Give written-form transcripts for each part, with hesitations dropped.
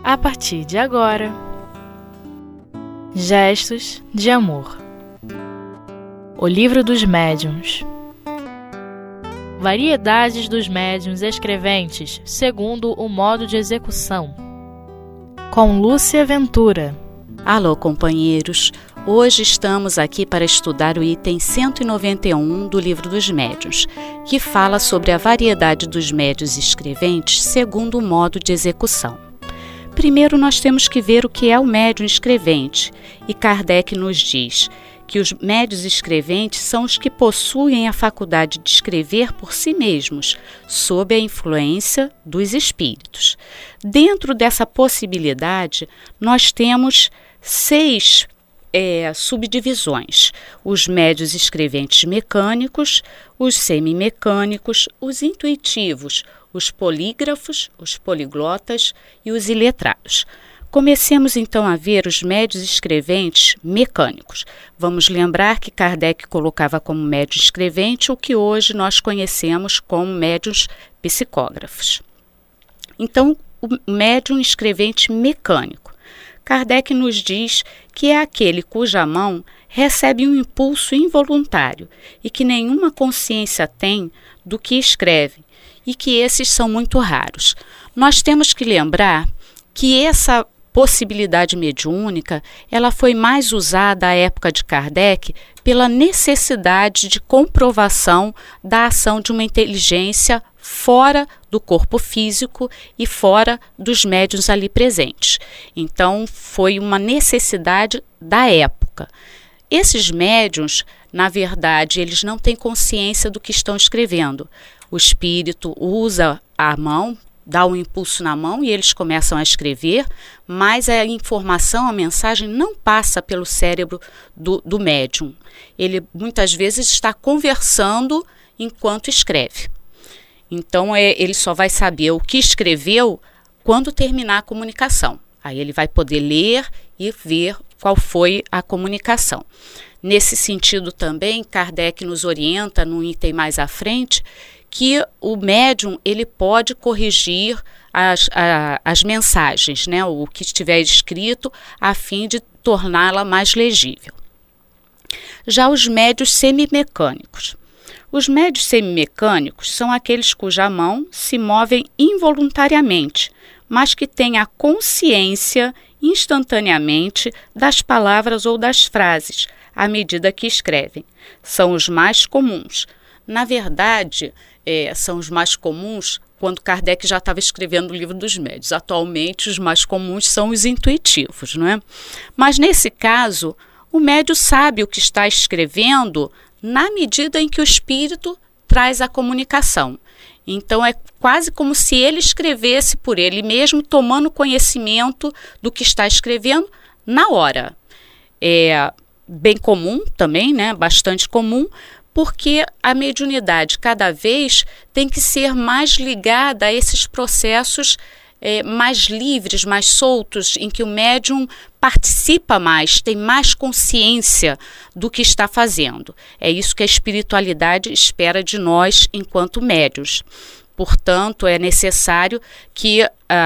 a partir de agora. Gestos de Amor. O Livro dos Médiuns. Variedades dos médiuns escreventes segundo o modo de execução. Com Lúcia Ventura. Alô, companheiros! Hoje estamos aqui para estudar o item 191 do Livro dos Médiuns, que fala sobre a variedade dos médiuns escreventes segundo o modo de execução. Primeiro, nós temos que ver o que é o médium escrevente, e Kardec nos diz que os médiuns escreventes são os que possuem a faculdade de escrever por si mesmos, sob a influência dos espíritos. Dentro dessa possibilidade, nós temos 6 subdivisões: os médiuns escreventes mecânicos, os semimecânicos, os intuitivos, os polígrafos, os poliglotas e os iletrados. Comecemos então a ver os médiuns escreventes mecânicos. Vamos lembrar que Kardec colocava como médium escrevente o que hoje nós conhecemos como médiuns psicógrafos. Então, o médium escrevente mecânico. Kardec nos diz que é aquele cuja mão recebe um impulso involuntário e que nenhuma consciência tem do que escreve, e que esses são muito raros. Nós temos que lembrar que essa possibilidade mediúnica, ela foi mais usada à época de Kardec pela necessidade de comprovação da ação de uma inteligência fora do corpo físico e fora dos médiuns ali presentes. Então, foi uma necessidade da época. Esses médiuns, na verdade, eles não têm consciência do que estão escrevendo. O espírito usa a mão, dá um impulso na mão e eles começam a escrever, mas a informação, a mensagem não passa pelo cérebro do médium. Ele muitas vezes está conversando enquanto escreve. Então, ele só vai saber o que escreveu quando terminar a comunicação. Aí ele vai poder ler e ver qual foi a comunicação. Nesse sentido também, Kardec nos orienta, num item mais à frente, que o médium ele pode corrigir as mensagens, né, o que estiver escrito, a fim de torná-la mais legível. Já os médiuns semimecânicos. Os médiuns semimecânicos são aqueles cuja mão se movem involuntariamente, mas que têm a consciência instantaneamente das palavras ou das frases, à medida que escrevem. São os mais comuns. Na verdade, são os mais comuns quando Kardec já estava escrevendo o Livro dos Médiuns. Atualmente, os mais comuns são os intuitivos, não é? Mas, nesse caso, o médium sabe o que está escrevendo na medida em que o espírito traz a comunicação. Então, é quase como se ele escrevesse por ele mesmo, tomando conhecimento do que está escrevendo na hora. É bem comum também, né? Bastante comum, porque a mediunidade cada vez tem que ser mais ligada a esses processos mais livres, mais soltos, em que o médium participa mais, tem mais consciência do que está fazendo. É isso que a espiritualidade espera de nós enquanto médiuns. Portanto, é necessário que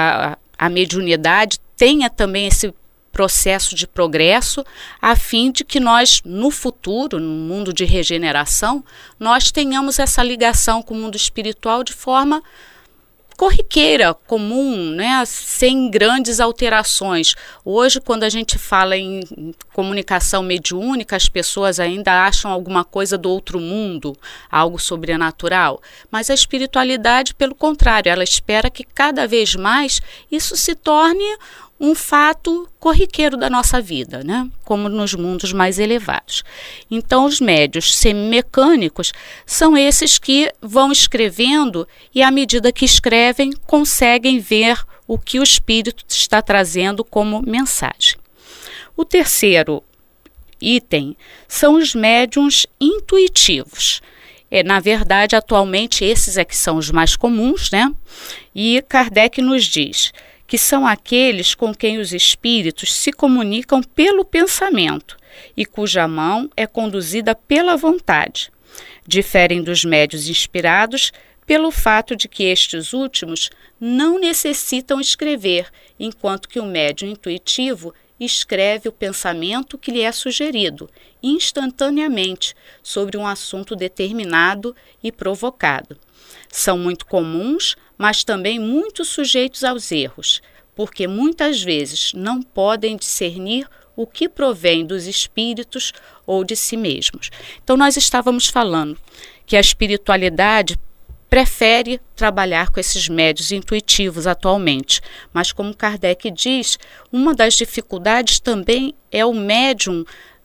a mediunidade tenha também esse processo de progresso, a fim de que nós, no futuro, no mundo de regeneração, nós tenhamos essa ligação com o mundo espiritual de forma corriqueira, comum, né? Sem grandes alterações. Hoje, quando a gente fala em comunicação mediúnica, as pessoas ainda acham alguma coisa do outro mundo, algo sobrenatural. Mas a espiritualidade, pelo contrário, ela espera que cada vez mais isso se torne um fato corriqueiro da nossa vida, né? Como nos mundos mais elevados. Então, os médiuns semimecânicos são esses que vão escrevendo e, à medida que escrevem, conseguem ver o que o espírito está trazendo como mensagem. O terceiro item são os médiuns intuitivos. Na verdade, atualmente, esses é que são os mais comuns, né? E Kardec nos diz que são aqueles com quem os espíritos se comunicam pelo pensamento e cuja mão é conduzida pela vontade. Diferem dos médiuns inspirados pelo fato de que estes últimos não necessitam escrever, enquanto que o médium intuitivo escreve o pensamento que lhe é sugerido, instantaneamente, sobre um assunto determinado e provocado. São muito comuns, mas também muito sujeitos aos erros, porque muitas vezes não podem discernir o que provém dos espíritos ou de si mesmos. Então, nós estávamos falando que a espiritualidade prefere trabalhar com esses médiuns intuitivos atualmente, mas como Kardec diz, uma das dificuldades também é o médium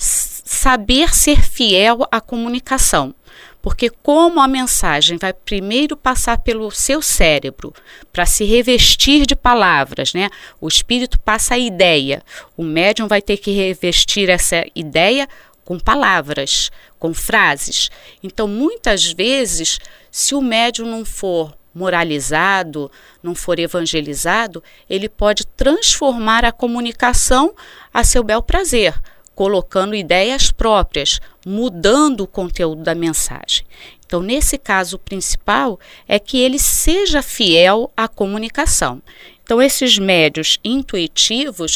saber ser fiel à comunicação, porque como a mensagem vai primeiro passar pelo seu cérebro para se revestir de palavras, né? O espírito passa a ideia, o médium vai ter que revestir essa ideia com palavras, com frases. Então, muitas vezes, se o médium não for moralizado, não for evangelizado, ele pode transformar a comunicação a seu bel prazer, colocando ideias próprias, mudando o conteúdo da mensagem. Então, nesse caso, o principal é que ele seja fiel à comunicação. Então, esses médiuns intuitivos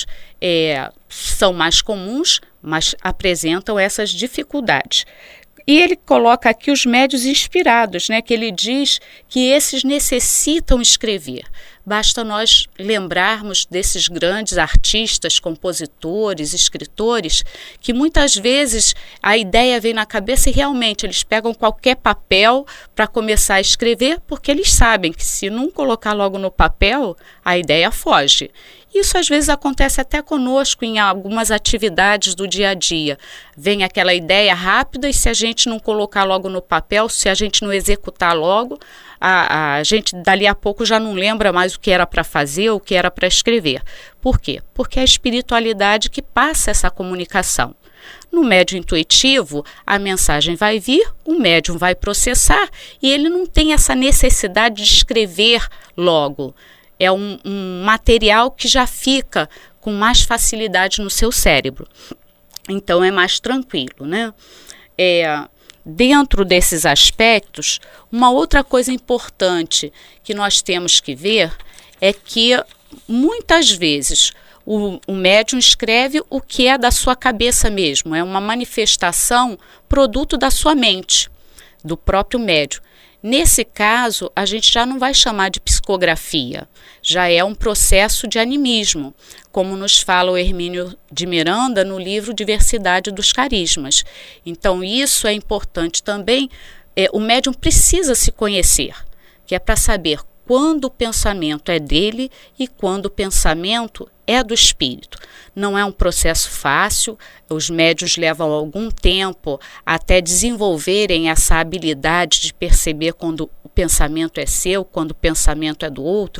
são mais comuns, mas apresentam essas dificuldades. E ele coloca aqui os médiuns inspirados, né, que ele diz que esses necessitam escrever. Basta nós lembrarmos desses grandes artistas, compositores, escritores, que muitas vezes a ideia vem na cabeça e realmente eles pegam qualquer papel para começar a escrever, porque eles sabem que se não colocar logo no papel, a ideia foge. Isso às vezes acontece até conosco em algumas atividades do dia a dia. Vem aquela ideia rápida e se a gente não colocar logo no papel, se a gente não executar logo, a gente dali a pouco já não lembra mais o que era para fazer, o que era para escrever. Por quê? Porque é a espiritualidade que passa essa comunicação. No médium intuitivo, a mensagem vai vir, o médium vai processar e ele não tem essa necessidade de escrever logo. É um material que já fica com mais facilidade no seu cérebro. Então, é mais tranquilo, né? Dentro desses aspectos, uma outra coisa importante que nós temos que ver é que, muitas vezes, o médium escreve o que é da sua cabeça mesmo. É uma manifestação produto da sua mente, do próprio médium. Nesse caso, a gente já não vai chamar de psicografia, já é um processo de animismo, como nos fala o Hermínio de Miranda no livro Diversidade dos Carismas. Então, isso é importante também, o médium precisa se conhecer, que é para saber quando o pensamento é dele e quando o pensamento é do espírito. Não é um processo fácil, os médiuns levam algum tempo até desenvolverem essa habilidade de perceber quando o pensamento é seu, quando o pensamento é do outro,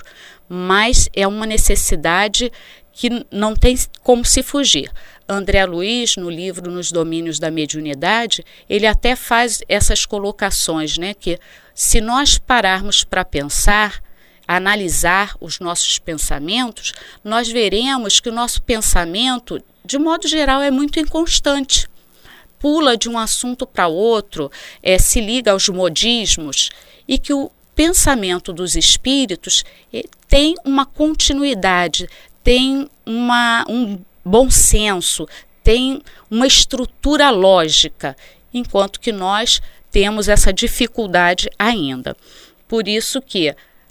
mas é uma necessidade que não tem como se fugir. André Luiz, no livro Nos Domínios da Mediunidade, ele até faz essas colocações, né, que se nós pararmos para pensar, analisar os nossos pensamentos, nós veremos que o nosso pensamento, de modo geral, é muito inconstante. Pula de um assunto para outro, se liga aos modismos, e que o pensamento dos espíritos tem uma continuidade, tem um bom senso, tem uma estrutura lógica, enquanto que nós temos essa dificuldade ainda. Por isso que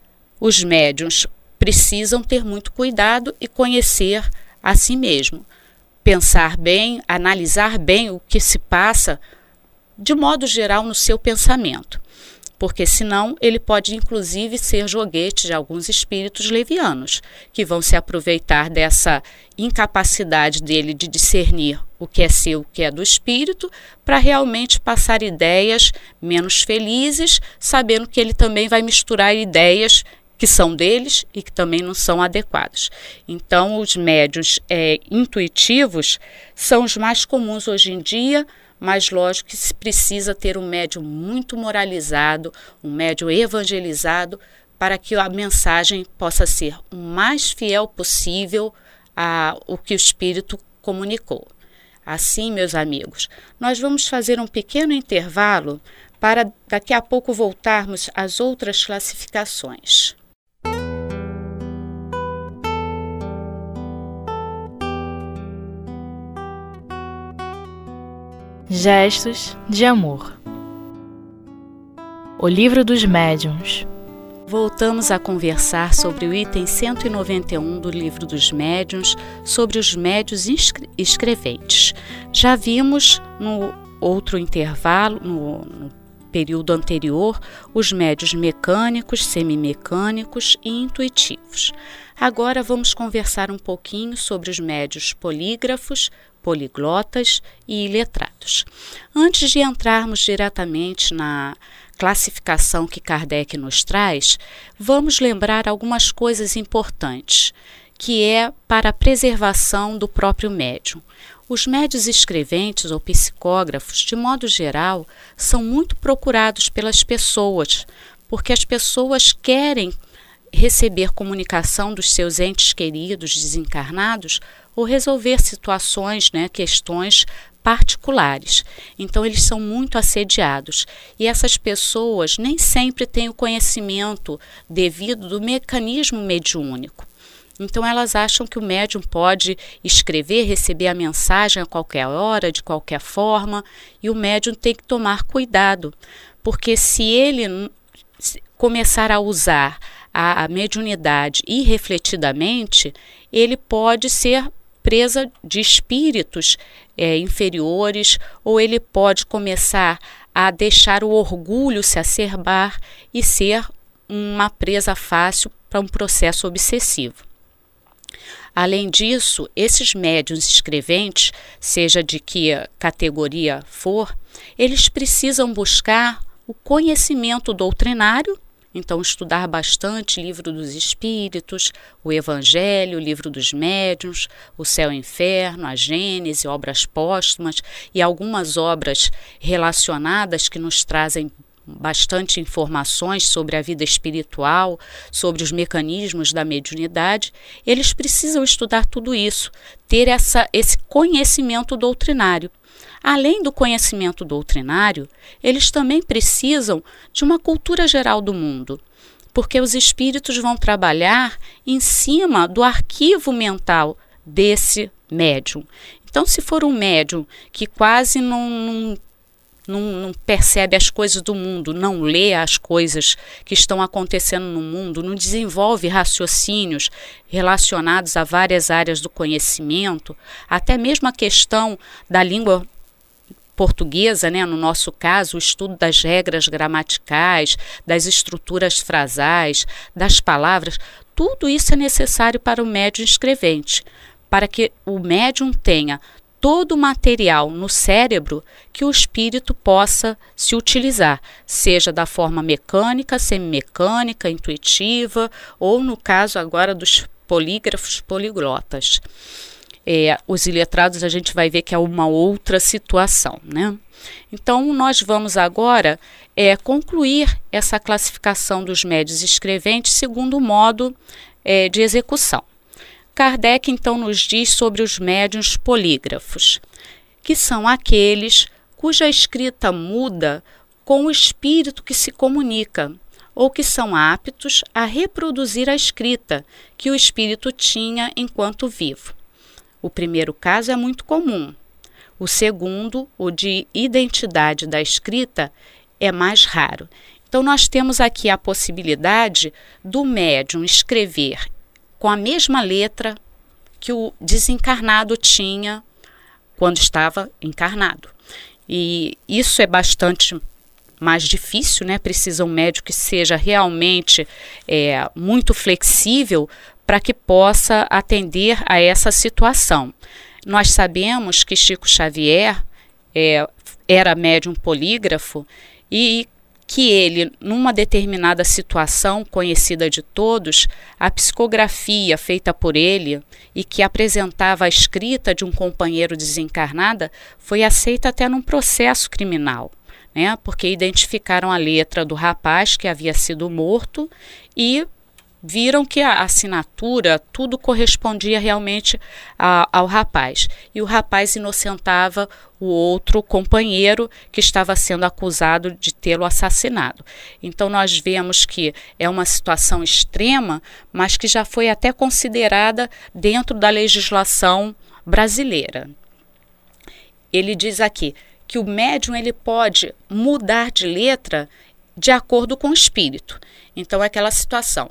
os médiuns precisam ter muito cuidado e conhecer a si mesmo. Pensar bem, analisar bem o que se passa, de modo geral, no seu pensamento. Porque senão ele pode inclusive ser joguete de alguns espíritos levianos, que vão se aproveitar dessa incapacidade dele de discernir o que é seu, o que é do espírito, para realmente passar ideias menos felizes, sabendo que ele também vai misturar ideias que são deles e que também não são adequadas. Então, os médiuns intuitivos são os mais comuns hoje em dia, mas lógico que se precisa ter um médium muito moralizado, um médium evangelizado, para que a mensagem possa ser o mais fiel possível ao que o Espírito comunicou. Assim, meus amigos, nós vamos fazer um pequeno intervalo para daqui a pouco voltarmos às outras classificações. Gestos de amor. O Livro dos Médiuns. Voltamos a conversar sobre o item 191 do Livro dos Médiuns, sobre os médiuns escreventes. Já vimos no outro intervalo, no período anterior, os médiuns mecânicos, semimecânicos e intuitivos. Agora vamos conversar um pouquinho sobre os médiuns polígrafos, poliglotas e iletrados. Antes de entrarmos diretamente na classificação que Kardec nos traz, vamos lembrar algumas coisas importantes, que é para a preservação do próprio médium. Os médiuns escreventes ou psicógrafos, de modo geral, são muito procurados pelas pessoas, porque as pessoas querem receber comunicação dos seus entes queridos desencarnados ou resolver situações, questões particulares. Então, eles são muito assediados. E essas pessoas nem sempre têm o conhecimento devido do mecanismo mediúnico. Então, elas acham que o médium pode escrever, receber a mensagem a qualquer hora, de qualquer forma, e o médium tem que tomar cuidado, porque se ele começar a usar a mediunidade irrefletidamente, ele pode ser presa de espíritos inferiores, ou ele pode começar a deixar o orgulho se acerbar e ser uma presa fácil para um processo obsessivo. Além disso, esses médiuns escreventes, seja de que categoria for, eles precisam buscar o conhecimento doutrinário. Então, estudar bastante Livro dos Espíritos, o Evangelho, o Livro dos Médiuns, o Céu e o Inferno, a Gênese, obras póstumas e algumas obras relacionadas que nos trazem bastante informações sobre a vida espiritual, sobre os mecanismos da mediunidade. Eles precisam estudar tudo isso, ter esse conhecimento doutrinário. Além do conhecimento doutrinário, eles também precisam de uma cultura geral do mundo, porque os espíritos vão trabalhar em cima do arquivo mental desse médium. Então, se for um médium que quase não percebe as coisas do mundo, não lê as coisas que estão acontecendo no mundo, não desenvolve raciocínios relacionados a várias áreas do conhecimento, até mesmo a questão da língua portuguesa, no nosso caso, o estudo das regras gramaticais, das estruturas frasais, das palavras, tudo isso é necessário para o médium escrevente, para que o médium tenha todo o material no cérebro que o espírito possa se utilizar, seja da forma mecânica, semimecânica, intuitiva, ou no caso agora dos polígrafos, poliglotas. Os iletrados a gente vai ver que é uma outra situação, Então, nós vamos agora concluir essa classificação dos médiuns escreventes segundo o modo de execução. Kardec, então, nos diz sobre os médiuns polígrafos, que são aqueles cuja escrita muda com o espírito que se comunica, ou que são aptos a reproduzir a escrita que o espírito tinha enquanto vivo. O primeiro caso é muito comum. O segundo, o de identidade da escrita, é mais raro. Então, nós temos aqui a possibilidade do médium escrever com a mesma letra que o desencarnado tinha quando estava encarnado. E isso é bastante mais difícil, Precisa um médium que seja realmente muito flexível para que possa atender a essa situação. Nós sabemos que Chico Xavier era médium polígrafo e que ele, numa determinada situação conhecida de todos, a psicografia feita por ele e que apresentava a escrita de um companheiro desencarnada foi aceita até num processo criminal, porque identificaram a letra do rapaz que havia sido morto e viram que a assinatura, tudo correspondia realmente ao rapaz. E o rapaz inocentava o outro companheiro que estava sendo acusado de tê-lo assassinado. Então nós vemos que é uma situação extrema, mas que já foi até considerada dentro da legislação brasileira. Ele diz aqui que o médium ele pode mudar de letra de acordo com o espírito. Então é aquela situação,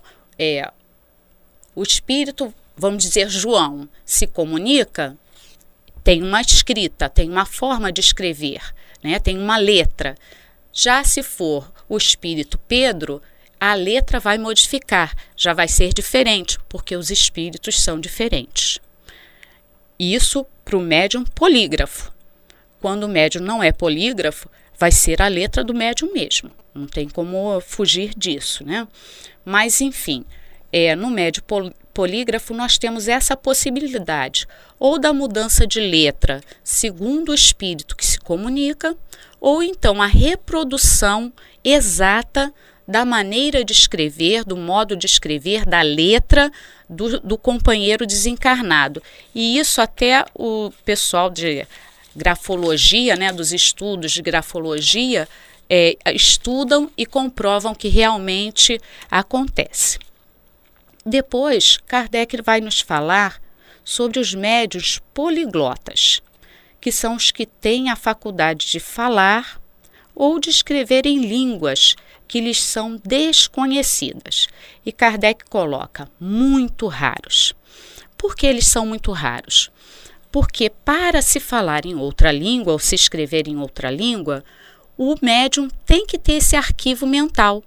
o espírito, vamos dizer, João, se comunica, tem uma escrita, tem uma forma de escrever, né? Tem uma letra. Já se for o espírito Pedro, a letra vai modificar, já vai ser diferente, porque os espíritos são diferentes. Isso para o médium polígrafo. Quando o médium não é polígrafo, vai ser a letra do médium mesmo. Não tem como fugir disso, né? Mas, enfim, no médium polígrafo nós temos essa possibilidade, ou da mudança de letra segundo o espírito que se comunica, ou então a reprodução exata da maneira de escrever, do modo de escrever, da letra do companheiro desencarnado. E isso até o pessoal de grafologia, né, dos estudos de grafologia, estudam e comprovam que realmente acontece. Depois, Kardec vai nos falar sobre os médiuns poliglotas, que são os que têm a faculdade de falar ou de escrever em línguas que lhes são desconhecidas. E Kardec coloca muito raros. Por que eles são muito raros? Porque para se falar em outra língua ou se escrever em outra língua, o médium tem que ter esse arquivo mental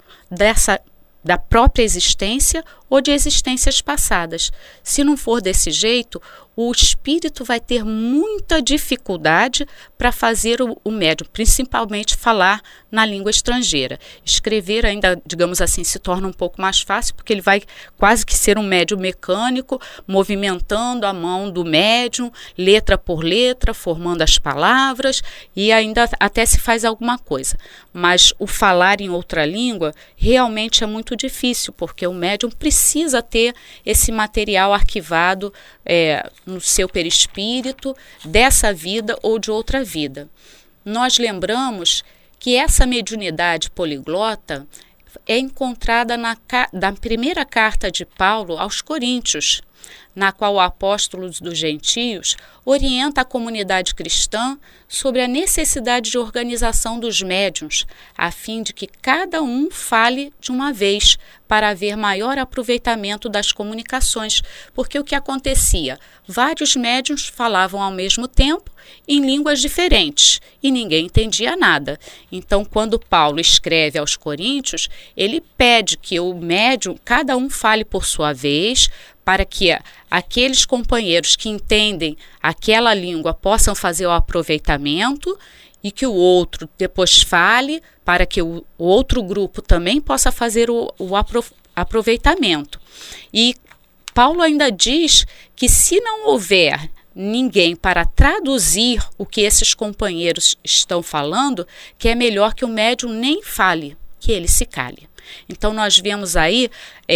da própria existência ou de existências passadas. Se não for desse jeito, o espírito vai ter muita dificuldade para fazer o médium, principalmente falar na língua estrangeira. Escrever ainda, digamos assim, se torna um pouco mais fácil, porque ele vai quase que ser um médium mecânico, movimentando a mão do médium, letra por letra, formando as palavras, e ainda até se faz alguma coisa. Mas o falar em outra língua realmente é muito difícil, porque o médium precisa ter esse material arquivado no seu perispírito, dessa vida ou de outra vida. Nós lembramos que essa mediunidade poliglota é encontrada na primeira carta de Paulo aos Coríntios, na qual o apóstolo dos gentios orienta a comunidade cristã sobre a necessidade de organização dos médiuns, a fim de que cada um fale de uma vez, para haver maior aproveitamento das comunicações, porque o que acontecia? Vários médiuns falavam ao mesmo tempo em línguas diferentes e ninguém entendia nada. Então, quando Paulo escreve aos Coríntios, ele pede que o médium, cada um fale por sua vez, para que aqueles companheiros que entendem aquela língua possam fazer o aproveitamento e que o outro depois fale, para que o outro grupo também possa fazer o aproveitamento. E Paulo ainda diz que se não houver ninguém para traduzir o que esses companheiros estão falando, que é melhor que o médium nem fale, que ele se cale. Então nós vemos aí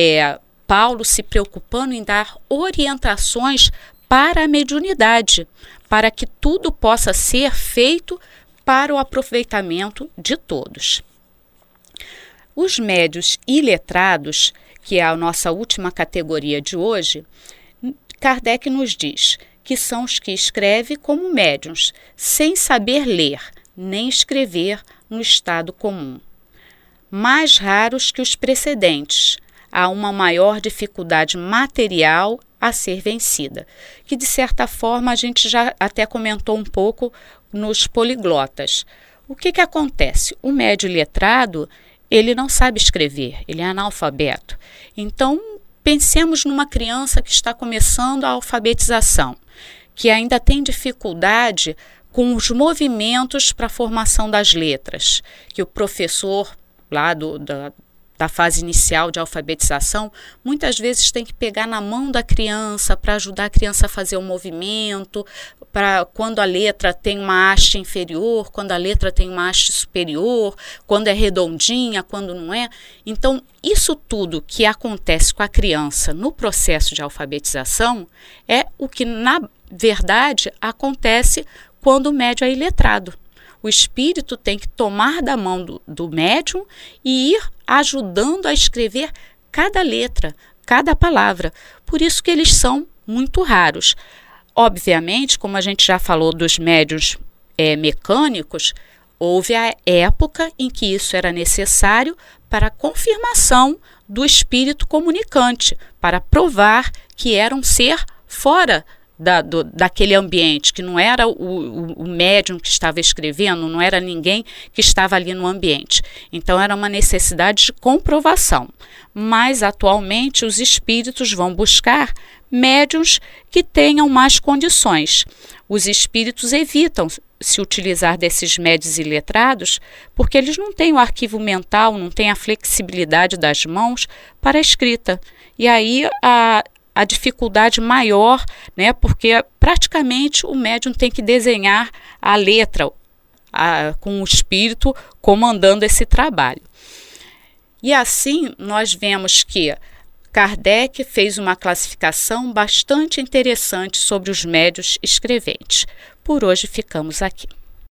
Paulo se preocupando em dar orientações para a mediunidade, para que tudo possa ser feito para o aproveitamento de todos. Os médiuns iletrados, que é a nossa última categoria de hoje, Kardec nos diz que são os que escrevem como médiuns, sem saber ler nem escrever no estado comum. Mais raros que os precedentes, há uma maior dificuldade material a ser vencida, que de certa forma a gente já até comentou um pouco nos poliglotas. O que acontece? O médium letrado, ele não sabe escrever, ele é analfabeto. Então, pensemos numa criança que está começando a alfabetização, que ainda tem dificuldade com os movimentos para a formação das letras, que o professor lá da da fase inicial de alfabetização, muitas vezes tem que pegar na mão da criança para ajudar a criança a fazer o movimento, para quando a letra tem uma haste inferior, quando a letra tem uma haste superior, quando é redondinha, quando não é. Então, isso tudo que acontece com a criança no processo de alfabetização é o que, na verdade, acontece quando o médium é iletrado. O espírito tem que tomar da mão do médium e ir ajudando a escrever cada letra, cada palavra. Por isso que eles são muito raros. Obviamente, como a gente já falou dos médiuns mecânicos, houve a época em que isso era necessário para a confirmação do espírito comunicante, para provar que era um ser fora daquele ambiente, que não era o médium que estava escrevendo, não era ninguém que estava ali no ambiente. Então era uma necessidade de comprovação. Mas atualmente os espíritos vão buscar médiuns que tenham mais condições. Os espíritos evitam se utilizar desses médiuns iletrados porque eles não têm o arquivo mental, não têm a flexibilidade das mãos para a escrita. E aí a dificuldade maior, né, porque praticamente o médium tem que desenhar a letra com o espírito comandando esse trabalho. E assim nós vemos que Kardec fez uma classificação bastante interessante sobre os médiuns escreventes. Por hoje ficamos aqui.